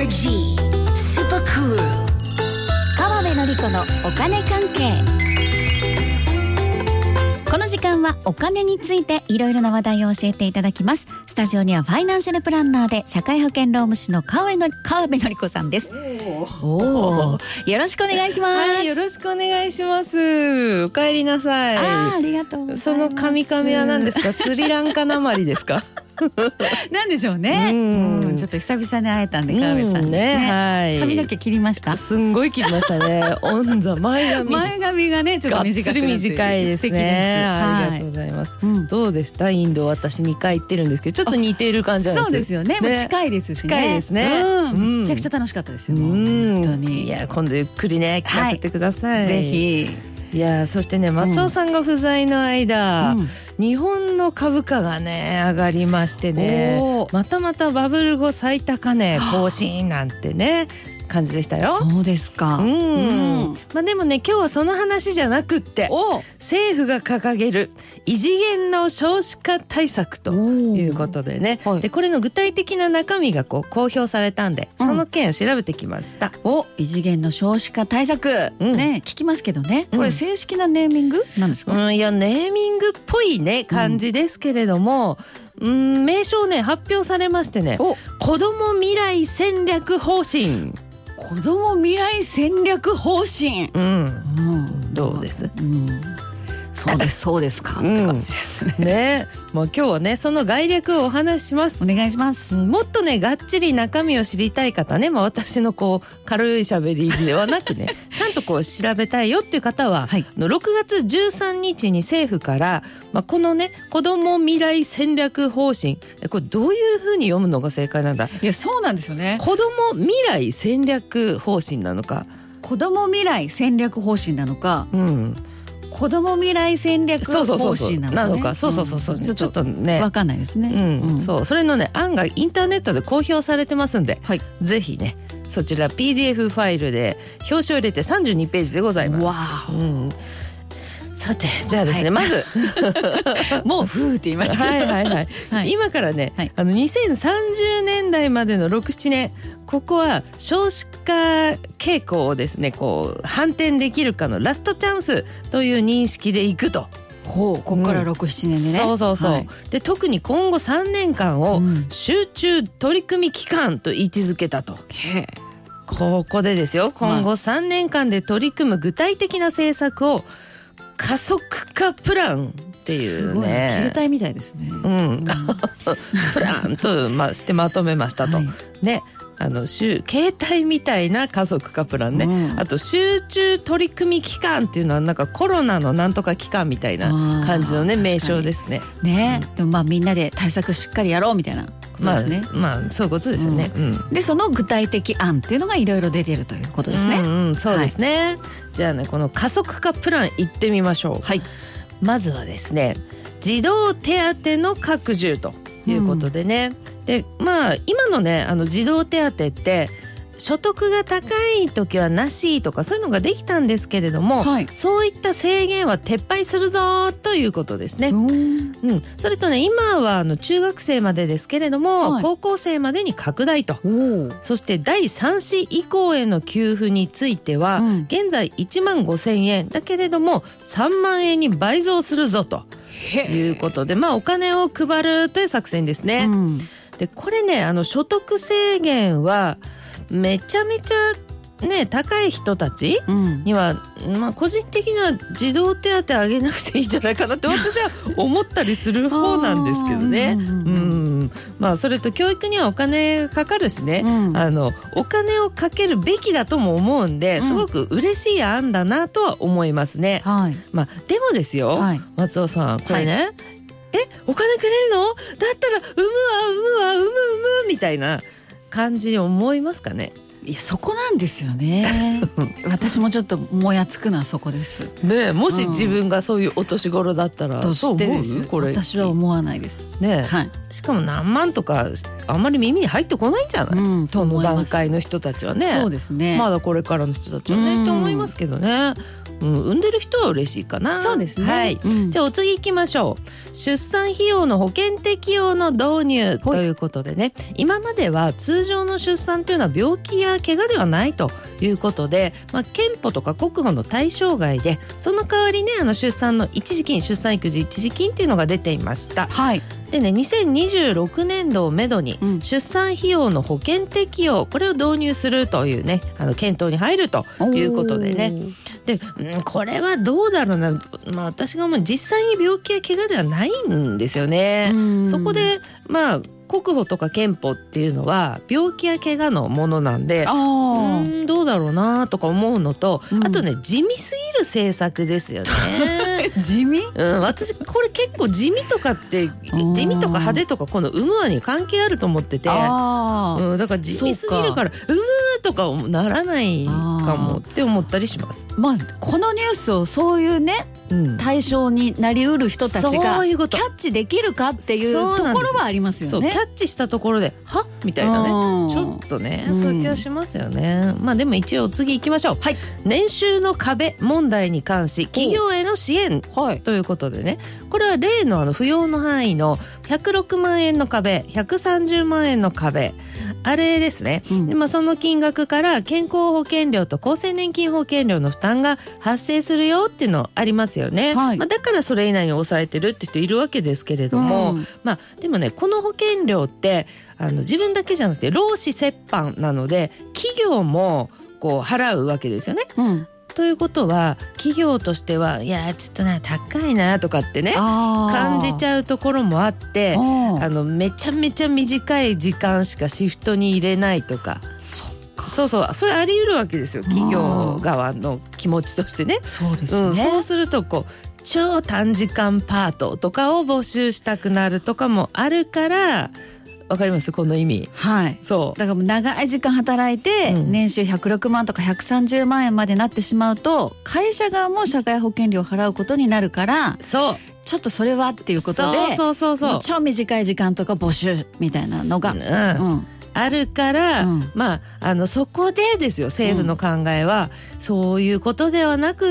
G Super Cool 川辺典子のお金関係。この時間はお金についていろいろな話題を教えていただきます。スタジオにはファイナンシャルプランナーで社会保険労務士の川辺典子さんです。おー、よろしくお願いします。 はい、よろしくお願いします。お帰りなさい。 ありがとうございます。 そのカミカミは何ですか？スリランカなまりですか？ なんでしょうね。ちょっと久々に会えたんで川辺さんね、はい、髪の毛切りました。 すんごい切りましたね。オンザ前髪がねちょっと短くなって短いですね。ありがとうございます。どうでした？インド私2回行ってるんですけどちょっと似ている感じなんですよ。 そうですよね。もう近いですしね。 近いですね。 めちゃくちゃ楽しかったですよ。本当に。 いや今度ゆっくりね聞かせてください。 ぜひ。 いやそしてね松尾さんが不在の間、日本の株価がね上がりましてね、またバブル後最高値更新なんてね感じでしたよ。 そうですか。 まあでもね今日はその話じゃなくって政府が掲げる異次元の少子化対策ということでね、でこれの具体的な中身が公表されたんで、その件調べてきました。 異次元の少子化対策、ね聞きますけどね、これ正式なネーミングなんですか？ いやネーミングっぽいね感じですけれども、名称ね発表されましてね、子ども未来戦略方針。 子ども未来戦略方針。 どうです？ そうですかって感じですね。 もう今日はねその概略をお話しします。 お願いします。 もっとねがっちり中身を知りたい方ね、私の軽い喋りではなくねちゃんと調べたいよっていう方は、6月13日に政府から、このね子ども未来戦略方針、これどういう風に読むのが正解なんだ？ いやそうなんですよね。 子ども未来戦略方針なのか、 子ども未来戦略方針なのか、子ども未来戦略方針なのか、 ちょっとね分かんないですね。 それのね案がインターネットで公表されてますんで、ぜひねそちら PDF ファイルで表紙を入れて32ページでございます。さてじゃあですね、まずもうふーって言いましたけど今からね、2030年代までの 6,7 年ここは少子化傾向をですね反転できるかのラストチャンスという認識でいくと。 ここから 6,7 年でね。 で特に今後3年間を集中取り組み期間と位置づけたと。ここでですよ、今後3年間で取り組む具体的な政策を加速化プランっていうね、 携帯みたいですね。 プランとしてまとめましたと、ね。携帯みたいな加速化プランね、あと集中取り組み期間っていうのはなんかコロナのなんとか期間みたいな感じのね名称ですね。 でもみんなで対策しっかりやろうみたいなことですね。 そういうことですよね。 でその具体的案っていうのがいろいろ出てるということですね。 そうですね。じゃあねこの加速化プランいってみましょう。まずはですね児童手当の拡充ということでね、で今のね児童手当って所得が高い時はなしとかそういうのができたんですけれども、そういった制限は撤廃するぞということですね。それとね今は中学生までですけれども、高校生までに拡大と。そして第3子以降への給付については、現在15,000円だけれども3万円に倍増するぞということで、お金を配るという作戦ですね。でこれね所得制限はめちゃめちゃね高い人たちには、個人的には児童手当あげなくていいんじゃないかなって私は思ったりする方なんですけどね。それと教育にはお金かかるしね、お金をかけるべきだとも思うんで、すごく嬉しい案だなとは思いますね。でもですよ、松尾さんこれね、お金くれるの？だったら産むみたいな感じに思いますかね。 いやそこなんですよね私もちょっともやつくのはそこですね。もし自分がそういうお年頃だったら、 としてですよ。 これ私は思わないですね。しかも何万とかあんまり耳に入ってこないんじゃない、その段階の人たちはね。 そうですね。 まだこれからの人たちはねって思いますけどね。 産んでる人は嬉しいかな。 そうですね、 はい、じゃあお次行きましょう。出産費用の保険適用の導入ということでね、今までは通常の出産というのは病気や怪我ではないということで、健保とか国保の対象外で、その代わりね出産の一時金、出産育児一時金っていうのが出ていました。 はい。 でね、2026年度をめどに出産費用の保険適用、これを導入するというね検討に入るということでね。で、これはどうだろうな、私が思う実際に病気や怪我ではないんですよね。そこで国保とか健保っていうのは病気や怪我のものなんで、どうだろうなとか思うのと、あとね地味すぎる政策ですよね。 地味？ 私これ結構地味とかって地味とか派手とかこの産むわに関係あると思ってて、だから地味すぎるから産むとかならないかもって思ったりします。 このニュースをそういうね対象になりうる人たちがキャッチできるかっていうところはありますよね。 キャッチしたところではみたいなね、ちょっとねそういう気はしますよね。でも一応次行きましょう。はい、年収の壁問題に関し企業への支援ということでね、これは例の扶養の範囲の106万円の壁、130万円の壁、あれですね。でその金額から健康保険料と厚生年金保険料の負担が発生するよっていうのありますよね。だからそれ以内に抑えてるって人いるわけですけれども、でもねこの保険料って自分だけじゃなくて労使折半なので企業もこう払うわけですよね。ということは企業としてはいやちょっと高いなとかってね感じちゃうところもあって、めちゃめちゃ短い時間しかシフトに入れないとか。それあり得るわけですよ、企業側の気持ちとしてね。そうですね、そうすると超短時間パートとかを募集したくなるとかもあるから、わかりますこの意味。はい。そうだからもう長い時間働いて、年収106万とか130万円までなってしまうと会社側も社会保険料を払うことになるから、ちょっとそれはっていうことで超短い時間とか募集みたいなのがあるから、そこでですよ、政府の考えは、そういうことではなくって、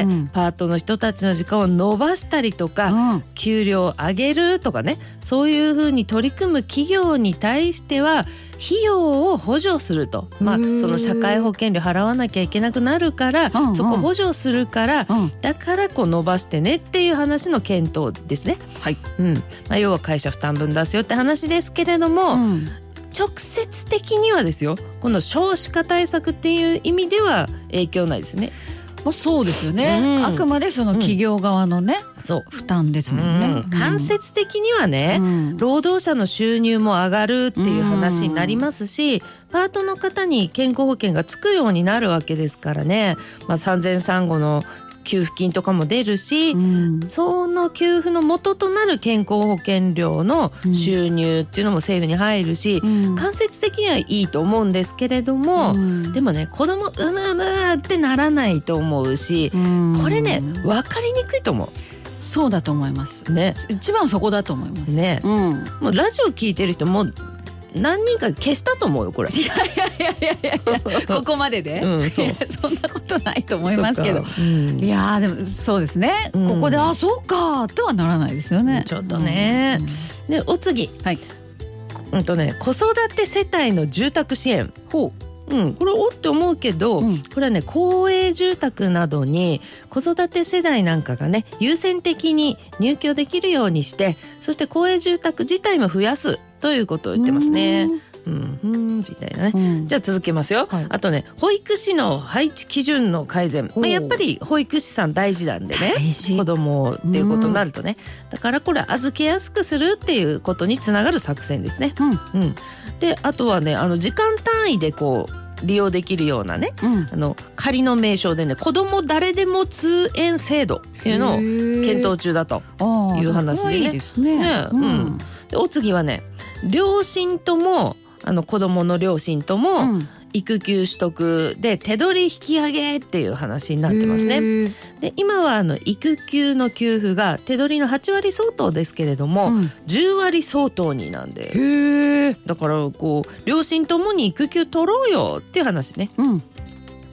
パートの人たちの時間を延ばしたりとか、給料を上げるとかね、そういうふうに取り組む企業に対しては費用を補助すると、その社会保険料払わなきゃいけなくなるから、そこ補助するから、だから伸ばしてねっていう話の検討ですね。はい。要は会社負担分出すよって話ですけれども、直接的にはですよ、この少子化対策っていう意味では影響ないですね。そうですよね、あくまでその企業側のね、負担ですもんね。間接的にはね、労働者の収入も上がるっていう話になりますし、パートの方に健康保険がつくようになるわけですからね、産前産後の給付金とかも出るし、その給付の元となる健康保険料の収入っていうのも政府に入るし、間接的にはいいと思うんですけれども、でもね子供産むってならないと思うし、これね分かりにくいと思う。そうだと思いますね。一番そこだと思いますね。もうラジオ聞いてる人も何人か消したと思うよこれ。いやここまでで、そんなことないと思いますけど、いやでもそうですね、ここでそうかとはならないですよね。ちょっとね。でお次、子育て世帯の住宅支援。これおって思うけど、これはね公営住宅などに子育て世代なんかがね優先的に入居できるようにして、そして公営住宅自体も増やすということを言ってますね。みたいなね。じゃあ続けますよ。あとね保育士の配置基準の改善、やっぱり保育士さん大事なんでね、子供っていうことになるとね、だからこれ預けやすくするっていうことにつながる作戦ですね。であとはね時間単位で利用できるようなね、仮の名称でね子ども誰でも通園制度っていうのを検討中だという話でね。いいですね。でお次はね両親とも子どもの両親とも、育休取得で手取り引き上げっていう話になってますね。で今は育休の給付が手取りの8割相当ですけれども、10割相当になんで、だから両親ともに育休取ろうよっていう話ね。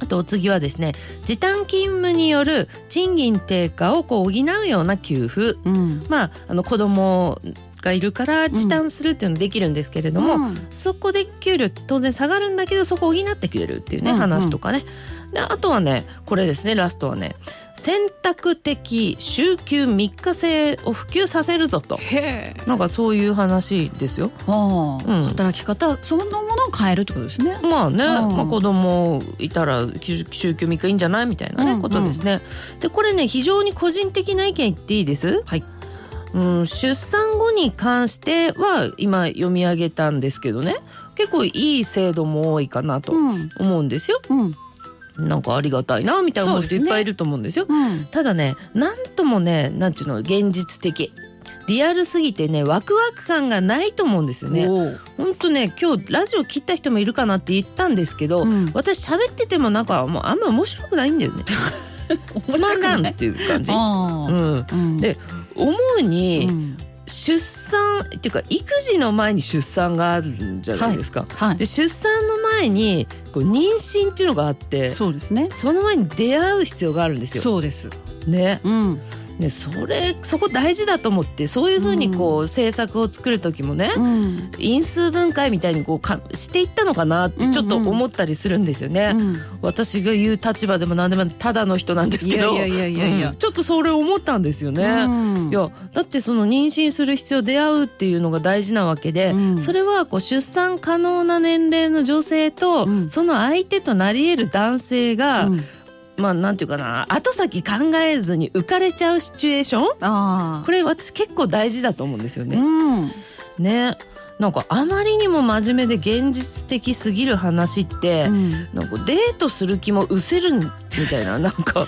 あとお次はですね、時短勤務による賃金低下を補うような給付、子供がいるから時短するっていうのできるんですけれども、そこで給料当然下がるんだけど、そこを補ってくれるっていうね、話とかね。であとはね、これですね、ラストはね、選択的週休3日制を普及させるぞと。なんかそういう話ですよ。 働き方そのものを変えるってことですね。 まあね、子供いたら週休3日いいんじゃないみたいなね、ことですね。でこれね、非常に個人的な意見言っていいです。 はい。 出産後に関しては今読み上げたんですけどね、結構いい制度も多いかなと思うんですよ。なんかありがたいなみたいな人いっぱいいると思うんですよ。ただね、なんともね、なんていうの、現実的リアルすぎてね、ワクワク感がないと思うんですよね。本当ね、今日ラジオ切った人もいるかなって言ったんですけど、私喋っててもなんかもうあんま面白くないんだよね。つまんなんっていう感じ。で思うに、出産っていうか育児の前に出産があるんじゃないですか。で出産の前にこう妊娠っていうのがあって、 そうですね、 その前に出会う必要があるんですよ。 そうですね。ね、そこ大事だと思って、そういうふうにこう政策を作る時もね、因数分解みたいにこうしていったのかなってちょっと思ったりするんですよね。私が言う立場でも何でもただの人なんですけど、ちょっとそれ思ったんですよね。いやだってその妊娠する必要、出会うっていうのが大事なわけで、それはこう出産可能な年齢の女性と、その相手となり得る男性が、なんていうかな、後先考えずに浮かれちゃうシチュエーション、これ私結構大事だと思うんですよね。ね、なんかあまりにも真面目で現実的すぎる話って、なんかデートする気も失せるみたいな、なんか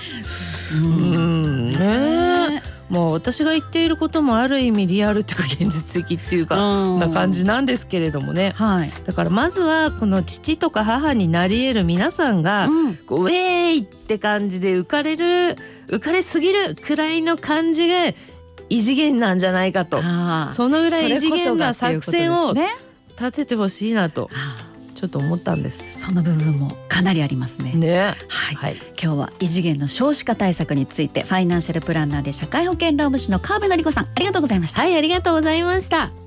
もう私が言っていることもある意味リアルっていうか現実的っていうかな感じなんですけれどもね。だからまずはこの父とか母になり得る皆さんが、こうウェーイって感じで浮かれすぎるくらいの感じが異次元なんじゃないかと、そのぐらい異次元な作戦を立ててほしいなとちょっと思ったんです。 その部分もかなりありますね。今日は異次元の少子化対策について、ファイナンシャルプランナーで社会保険労務士の川辺典子さん、ありがとうございました。 ありがとうございました。